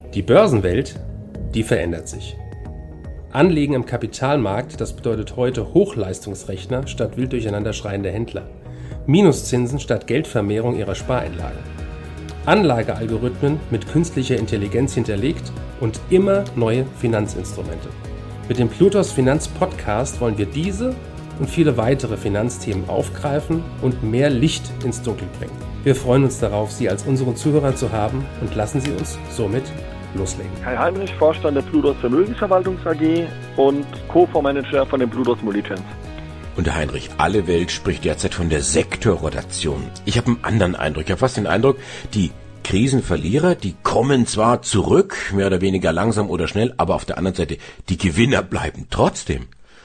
Die Börsenwelt, die verändert sich. Anlegen im Kapitalmarkt, das bedeutet heute Hochleistungsrechner statt wild durcheinander schreiende Händler. Minuszinsen statt Geldvermehrung ihrer Spareinlagen. Anlagealgorithmen mit künstlicher Intelligenz hinterlegt und immer neue Finanzinstrumente. Mit dem Plutos Finanz Podcast wollen wir diese und viele weitere Finanzthemen aufgreifen und mehr Licht ins Dunkel bringen. Wir freuen uns darauf, Sie als unsere Zuhörer zu haben und lassen Sie uns somit loslegen. Kai Heinrich, Vorstand der Plutos Vermögensverwaltungs AG und Co-Fondsmanager von den Plutos Multichance. Und der Heinrich, alle Welt spricht derzeit von der Sektorrotation. Ich habe einen anderen Eindruck. Ich habe fast den Eindruck, die Krisenverlierer, die kommen zwar zurück, mehr oder weniger langsam oder schnell, aber auf der anderen Seite, die Gewinner bleiben trotzdem.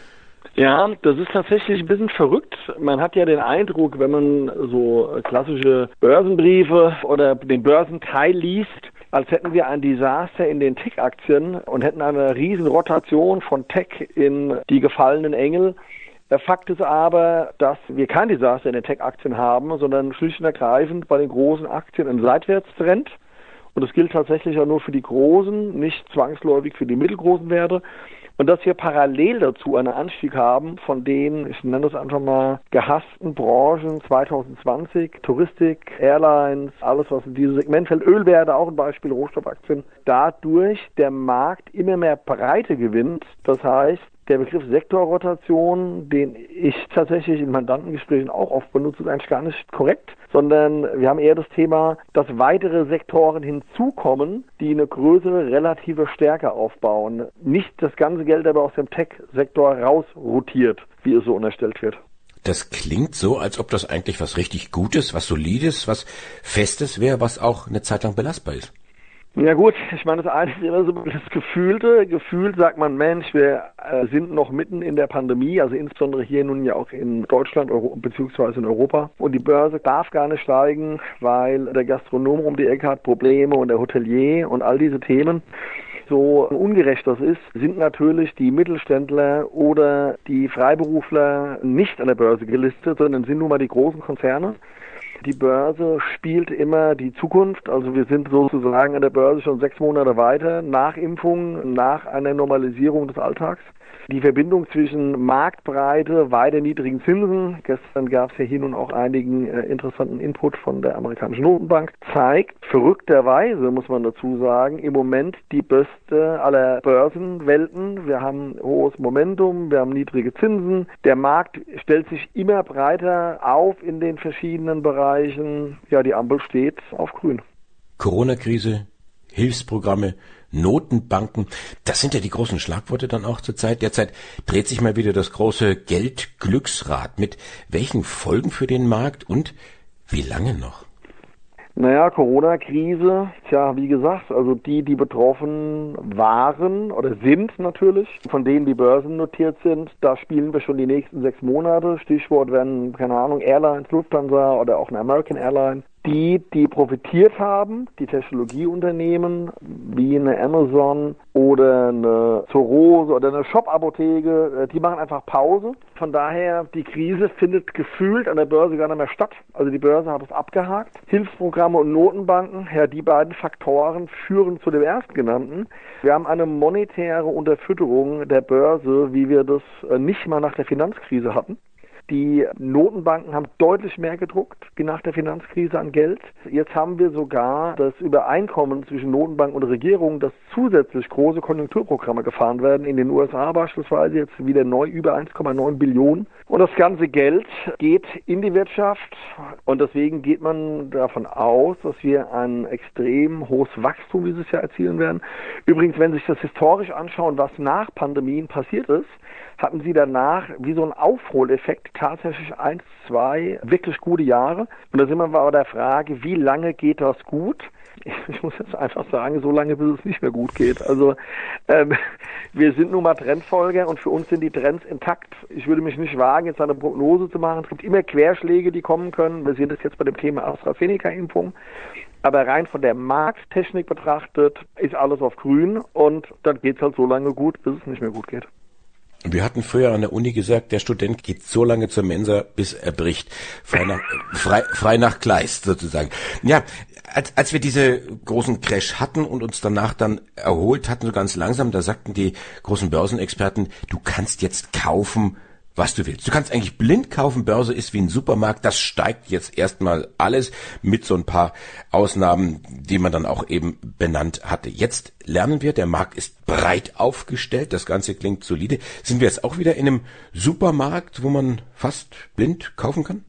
Ja, das ist tatsächlich ein bisschen verrückt. Man hat ja den Eindruck, wenn man so klassische Börsenbriefe oder den Börsenteil liest, als hätten wir ein Desaster in den Tech-Aktien und hätten eine riesen Rotation von Tech in die gefallenen Engel. Der Fakt ist aber, dass wir kein Desaster in den Tech-Aktien haben, sondern schlicht und ergreifend bei den großen Aktien ein Seitwärtstrend. Und das gilt tatsächlich auch nur für die großen, nicht zwangsläufig für die mittelgroßen Werte. Und dass wir parallel dazu einen Anstieg haben von den, ich nenne das einfach mal, gehassten Branchen 2020, Touristik, Airlines, alles was in dieses Segment fällt, Ölwerte, auch ein Beispiel, Rohstoffaktien, dadurch der Markt immer mehr Breite gewinnt. Das heißt, der Begriff Sektorrotation, den ich tatsächlich in Mandantengesprächen auch oft benutze, ist eigentlich gar nicht korrekt, sondern wir haben eher das Thema, dass weitere Sektoren hinzukommen, die eine größere relative Stärke aufbauen. Nicht das ganze Geld aber aus dem Tech-Sektor rausrotiert, wie es so unterstellt wird. Das klingt so, als ob das eigentlich was richtig Gutes, was Solides, was Festes wäre, was auch eine Zeit lang belastbar ist. Ja gut, ich meine, das eine ist immer so das Gefühlte. Gefühlt sagt man, Mensch, wir sind noch mitten in der Pandemie, also insbesondere hier nun ja auch in Deutschland beziehungsweise in Europa. Und die Börse darf gar nicht steigen, weil der Gastronom um die Ecke hat Probleme und der Hotelier und all diese Themen. So ungerecht das ist, sind natürlich die Mittelständler oder die Freiberufler nicht an der Börse gelistet, sondern sind nun mal die großen Konzerne. Die Börse spielt immer die Zukunft, also wir sind sozusagen an der Börse schon 6 Monate weiter, nach Impfung, nach einer Normalisierung des Alltags. Die Verbindung zwischen Marktbreite, weiter niedrigen Zinsen, gestern gab es ja hier nun auch einigen interessanten Input von der amerikanischen Notenbank, zeigt verrückterweise, muss man dazu sagen, im Moment die beste aller Börsenwelten. Wir haben hohes Momentum, wir haben niedrige Zinsen, der Markt stellt sich immer breiter auf in den verschiedenen Bereichen. Ja, die Ampel steht auf grün. Corona-Krise, Hilfsprogramme, Notenbanken, das sind ja die großen Schlagworte dann auch zur Zeit. Derzeit dreht sich mal wieder das große Geldglücksrad. Mit welchen Folgen für den Markt und wie lange noch? Naja, Corona-Krise, tja, wie gesagt, also die betroffen waren oder sind natürlich, von denen die Börsen notiert sind, da spielen wir schon die nächsten 6 Monate. Stichwort werden, keine Ahnung, Airlines, Lufthansa oder auch eine American Airline. Die profitiert haben, die Technologieunternehmen wie eine Amazon oder eine Soros oder eine Shop-Apotheke, die machen einfach Pause. Von daher, die Krise findet gefühlt an der Börse gar nicht mehr statt. Also die Börse hat es abgehakt. Hilfsprogramme und Notenbanken, ja, die beiden Faktoren führen zu dem erstgenannten. Wir haben eine monetäre Unterfütterung der Börse, wie wir das nicht mal nach der Finanzkrise hatten. Die Notenbanken haben deutlich mehr gedruckt, wie nach der Finanzkrise an Geld. Jetzt haben wir sogar das Übereinkommen zwischen Notenbank und Regierung, dass zusätzlich große Konjunkturprogramme gefahren werden. In den USA beispielsweise jetzt wieder neu über 1,9 Billionen. Und das ganze Geld geht in die Wirtschaft. Und deswegen geht man davon aus, dass wir ein extrem hohes Wachstum dieses Jahr erzielen werden. Übrigens, wenn Sie sich das historisch anschauen, was nach Pandemien passiert ist, hatten sie danach wie so ein Aufholeffekt tatsächlich 1, 2 wirklich gute Jahre. Und da sind wir bei der Frage, wie lange geht das gut? Ich muss jetzt einfach sagen, so lange, bis es nicht mehr gut geht. Also wir sind nun mal Trendfolger und für uns sind die Trends intakt. Ich würde mich nicht wagen, jetzt eine Prognose zu machen. Es gibt immer Querschläge, die kommen können. Wir sehen das jetzt bei dem Thema AstraZeneca-Impfung. Aber rein von der Markttechnik betrachtet ist alles auf grün und dann geht es halt so lange gut, bis es nicht mehr gut geht. Wir hatten früher an der Uni gesagt, der Student geht so lange zur Mensa, bis er bricht. Frei nach Kleist sozusagen. Ja, als wir diese großen Crash hatten und uns danach dann erholt hatten, so ganz langsam, da sagten die großen Börsenexperten, du kannst jetzt kaufen, was du willst. Du kannst eigentlich blind kaufen. Börse ist wie ein Supermarkt. Das steigt jetzt erstmal alles mit so ein paar Ausnahmen, die man dann auch eben benannt hatte. Jetzt lernen wir, der Markt ist breit aufgestellt. Das Ganze klingt solide. Sind wir jetzt auch wieder in einem Supermarkt, wo man fast blind kaufen kann?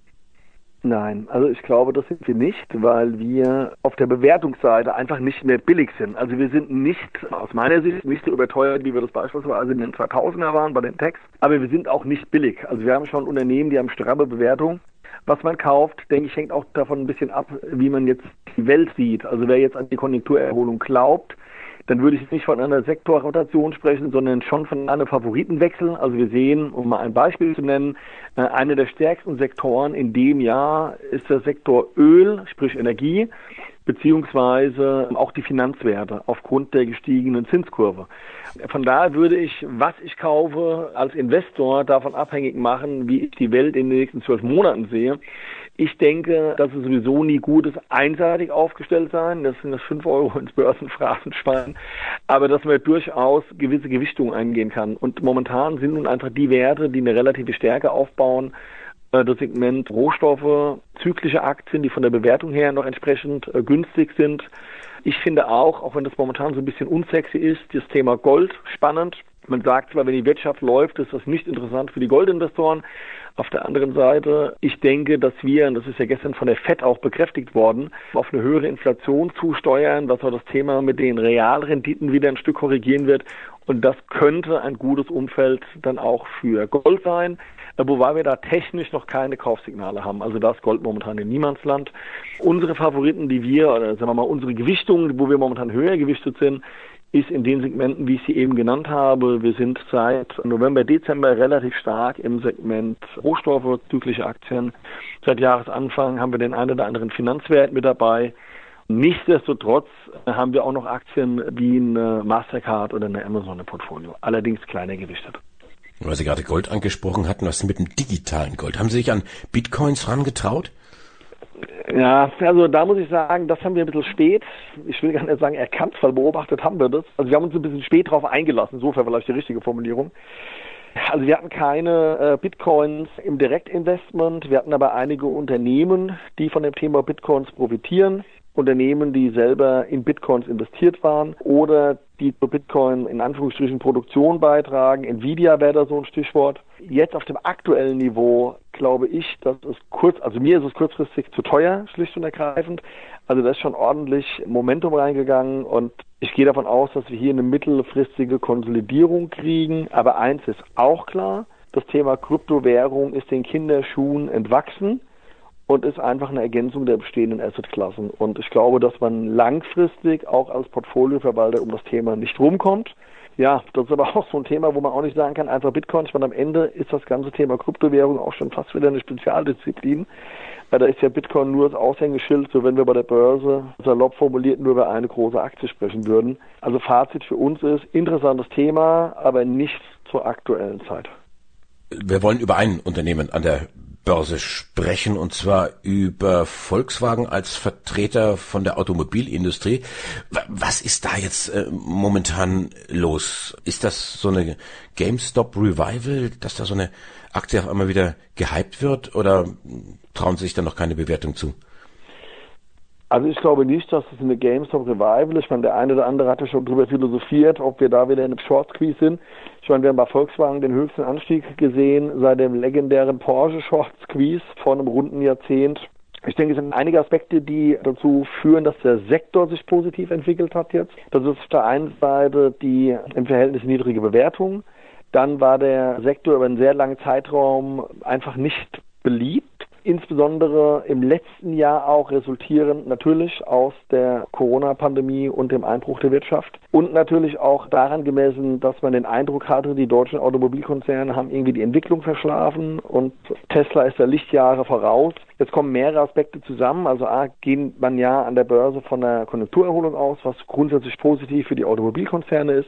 Nein, also ich glaube, das sind wir nicht, weil wir auf der Bewertungsseite einfach nicht mehr billig sind. Also wir sind nicht, aus meiner Sicht, nicht so überteuert, wie wir das beispielsweise in den 2000er waren bei den Techs, aber wir sind auch nicht billig. Also wir haben schon Unternehmen, die haben stramme Bewertung. Was man kauft, denke ich, hängt auch davon ein bisschen ab, wie man jetzt die Welt sieht. Also wer jetzt an die Konjunkturerholung glaubt, dann würde ich nicht von einer Sektorrotation sprechen, sondern schon von einem Favoritenwechsel. Also wir sehen, um mal ein Beispiel zu nennen, einer der stärksten Sektoren in dem Jahr ist der Sektor Öl, sprich Energie, beziehungsweise auch die Finanzwerte aufgrund der gestiegenen Zinskurve. Von daher würde ich, was ich kaufe, als Investor davon abhängig machen, wie ich die Welt in den nächsten 12 Monaten sehe. Ich denke, dass es sowieso nie gut ist, einseitig aufgestellt sein. Das sind das 5 Euro ins Börsenphrasenschwein. Aber dass man durchaus gewisse Gewichtungen eingehen kann. Und momentan sind nun einfach die Werte, die eine relative Stärke aufbauen, das Segment Rohstoffe, zyklische Aktien, die von der Bewertung her noch entsprechend günstig sind. Ich finde auch wenn das momentan so ein bisschen unsexy ist, das Thema Gold spannend. Man sagt zwar, wenn die Wirtschaft läuft, ist das nicht interessant für die Goldinvestoren. Auf der anderen Seite, ich denke, dass wir, und das ist ja gestern von der FED auch bekräftigt worden, auf eine höhere Inflation zusteuern, dass auch das Thema mit den Realrenditen wieder ein Stück korrigieren wird. Und das könnte ein gutes Umfeld dann auch für Gold sein, wobei wir da technisch noch keine Kaufsignale haben. Also da ist Gold momentan in Niemandsland. Unsere Favoriten, oder sagen wir mal unsere Gewichtungen, wo wir momentan höher gewichtet sind, ist in den Segmenten, wie ich sie eben genannt habe. Wir sind seit November, Dezember relativ stark im Segment Rohstoffe, zyklische Aktien. Seit Jahresanfang haben wir den einen oder anderen Finanzwert mit dabei. Nichtsdestotrotz haben wir auch noch Aktien wie eine Mastercard oder eine Amazon im Portfolio, allerdings kleiner gewichtet. Weil Sie gerade Gold angesprochen hatten, was ist mit dem digitalen Gold? Haben Sie sich an Bitcoins rangetraut? Ja, also da muss ich sagen, das haben wir ein bisschen spät, ich will gar nicht sagen erkannt, weil beobachtet haben wir das. Also wir haben uns ein bisschen spät drauf eingelassen, insofern vielleicht die richtige Formulierung. Also wir hatten keine Bitcoins im Direktinvestment, wir hatten aber einige Unternehmen, die von dem Thema Bitcoins profitieren. Unternehmen, die selber in Bitcoins investiert waren oder die zur Bitcoin in Anführungsstrichen Produktion beitragen. Nvidia wäre da so ein Stichwort. Jetzt auf dem aktuellen Niveau glaube ich, dass mir ist es kurzfristig zu teuer, schlicht und ergreifend. Also da ist schon ordentlich Momentum reingegangen und ich gehe davon aus, dass wir hier eine mittelfristige Konsolidierung kriegen. Aber eins ist auch klar, das Thema Kryptowährung ist den Kinderschuhen entwachsen und ist einfach eine Ergänzung der bestehenden Assetklassen. Und ich glaube, dass man langfristig auch als Portfolioverwalter um das Thema nicht rumkommt. Ja, das ist aber auch so ein Thema, wo man auch nicht sagen kann, einfach Bitcoin. Ich meine, am Ende ist das ganze Thema Kryptowährung auch schon fast wieder eine Spezialdisziplin. Weil da ist ja Bitcoin nur das Aushängeschild, so wenn wir bei der Börse salopp formuliert nur über eine große Aktie sprechen würden. Also Fazit für uns ist, interessantes Thema, aber nicht zur aktuellen Zeit. Wir wollen über ein Unternehmen an der Börse sprechen, und zwar über Volkswagen als Vertreter von der Automobilindustrie. Was ist da jetzt momentan los? Ist das so eine GameStop Revival, dass da so eine Aktie auf einmal wieder gehypt wird, oder trauen Sie sich da noch keine Bewertung zu? Also ich glaube nicht, dass es eine GameStop Revival ist. Ich meine, der eine oder andere hatte schon drüber philosophiert, ob wir da wieder in einem Short Squeeze sind. Ich meine, wir haben bei Volkswagen den höchsten Anstieg gesehen seit dem legendären Porsche Short Squeeze vor einem runden Jahrzehnt. Ich denke, es sind einige Aspekte, die dazu führen, dass der Sektor sich positiv entwickelt hat jetzt. Das ist auf der einen Seite die im Verhältnis niedrige Bewertung. Dann war der Sektor über einen sehr langen Zeitraum einfach nicht beliebt. Insbesondere im letzten Jahr auch resultierend natürlich aus der Corona-Pandemie und dem Einbruch der Wirtschaft. Und natürlich auch daran gemessen, dass man den Eindruck hatte, die deutschen Automobilkonzerne haben irgendwie die Entwicklung verschlafen und Tesla ist da Lichtjahre voraus. Jetzt kommen mehrere Aspekte zusammen. Also geht man ja an der Börse von einer Konjunkturerholung aus, was grundsätzlich positiv für die Automobilkonzerne ist.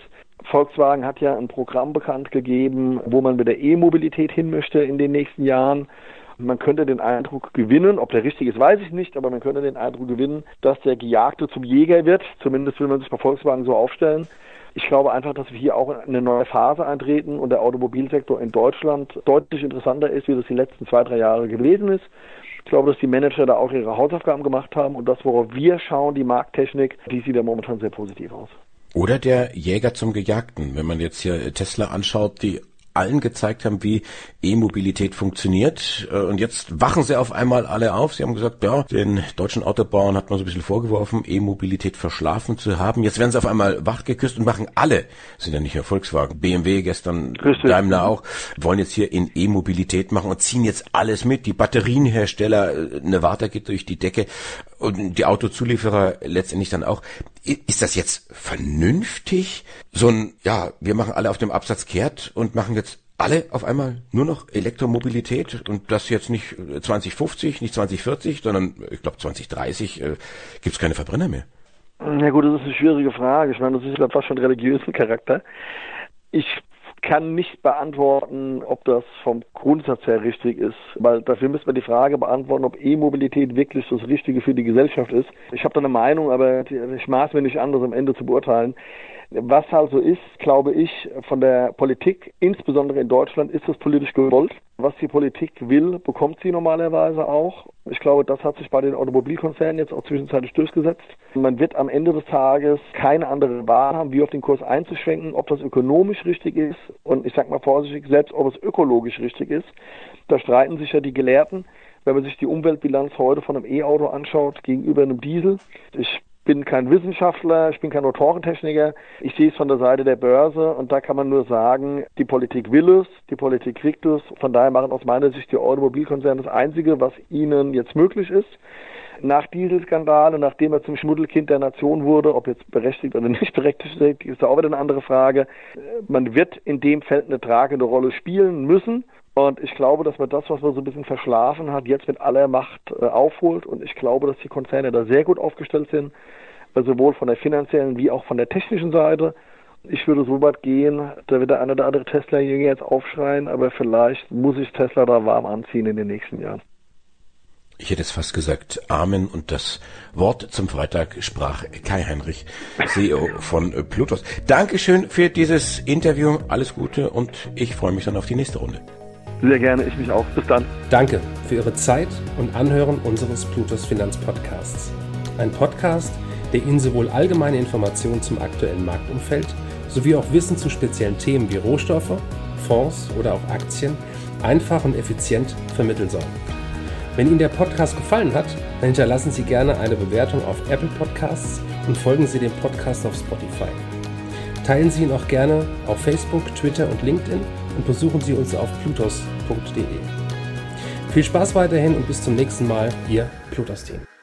Volkswagen hat ja ein Programm bekannt gegeben, wo man mit der E-Mobilität hin möchte in den nächsten Jahren. Man könnte den Eindruck gewinnen, ob der richtig ist, weiß ich nicht, aber man könnte den Eindruck gewinnen, dass der Gejagte zum Jäger wird. Zumindest will man sich bei Volkswagen so aufstellen. Ich glaube einfach, dass wir hier auch in eine neue Phase eintreten und der Automobilsektor in Deutschland deutlich interessanter ist, wie das die letzten 2-3 Jahre gewesen ist. Ich glaube, dass die Manager da auch ihre Hausaufgaben gemacht haben und das, worauf wir schauen, die Markttechnik, die sieht ja momentan sehr positiv aus. Oder der Jäger zum Gejagten. Wenn man jetzt hier Tesla anschaut, die allen gezeigt haben, wie E-Mobilität funktioniert. Und jetzt wachen sie auf einmal alle auf. Sie haben gesagt, ja, den deutschen Autobauern hat man so ein bisschen vorgeworfen, E-Mobilität verschlafen zu haben. Jetzt werden sie auf einmal wachgeküsst und machen alle, sind ja nicht nur Volkswagen, BMW gestern, Richtig. Daimler auch, wollen jetzt hier in E-Mobilität machen und ziehen jetzt alles mit. Die Batterienhersteller, Nevada geht durch die Decke und die Autozulieferer letztendlich dann auch. Ist das jetzt vernünftig? So ein, ja, wir machen alle auf dem Absatz kehrt und machen jetzt alle auf einmal nur noch Elektromobilität und das jetzt nicht 2050, nicht 2040, sondern ich glaube 2030 gibt's keine Verbrenner mehr. Ja gut, das ist eine schwierige Frage. Ich meine, das ist ja fast schon religiösen Charakter. Ich kann nicht beantworten, ob das vom Grundsatz her richtig ist, weil dafür müssen wir die Frage beantworten, ob E-Mobilität wirklich das Richtige für die Gesellschaft ist. Ich habe da eine Meinung, aber ich maß mir nicht an, das am Ende zu beurteilen. Was also ist, glaube ich, von der Politik, insbesondere in Deutschland, ist es politisch gewollt. Was die Politik will, bekommt sie normalerweise auch. Ich glaube, das hat sich bei den Automobilkonzernen jetzt auch zwischenzeitlich durchgesetzt. Man wird am Ende des Tages keine andere Wahl haben, wie auf den Kurs einzuschwenken, ob das ökonomisch richtig ist und ich sage mal vorsichtig, selbst ob es ökologisch richtig ist. Da streiten sich ja die Gelehrten. Wenn man sich die Umweltbilanz heute von einem E-Auto anschaut gegenüber einem Diesel, ich bin kein Wissenschaftler, ich bin kein Autorentechniker. Ich sehe es von der Seite der Börse und da kann man nur sagen, die Politik will es, die Politik kriegt es. Von daher machen aus meiner Sicht die Automobilkonzerne das Einzige, was ihnen jetzt möglich ist. Nach Dieselskandal und nachdem er zum Schmuddelkind der Nation wurde, ob jetzt berechtigt oder nicht berechtigt, ist da auch wieder eine andere Frage. Man wird in dem Feld eine tragende Rolle spielen müssen. Und ich glaube, dass man das, was man so ein bisschen verschlafen hat, jetzt mit aller Macht aufholt. Und ich glaube, dass die Konzerne da sehr gut aufgestellt sind, sowohl von der finanziellen wie auch von der technischen Seite. Ich würde so weit gehen, da wird der eine oder andere Tesla-Jünger jetzt aufschreien, aber vielleicht muss sich Tesla da warm anziehen in den nächsten Jahren. Ich hätte es fast gesagt, Amen. Und das Wort zum Freitag sprach Kai-Heinrich, CEO von Plutos. Dankeschön für dieses Interview. Alles Gute und ich freue mich dann auf die nächste Runde. Sehr gerne, ich mich auch. Bis dann. Danke für Ihre Zeit und Anhören unseres Plutos Finanzpodcasts. Ein Podcast, der Ihnen sowohl allgemeine Informationen zum aktuellen Marktumfeld sowie auch Wissen zu speziellen Themen wie Rohstoffe, Fonds oder auch Aktien einfach und effizient vermitteln soll. Wenn Ihnen der Podcast gefallen hat, dann hinterlassen Sie gerne eine Bewertung auf Apple Podcasts und folgen Sie dem Podcast auf Spotify. Teilen Sie ihn auch gerne auf Facebook, Twitter und LinkedIn und besuchen Sie uns auf plutos.de. Viel Spaß weiterhin und bis zum nächsten Mal, Ihr Plutos-Team.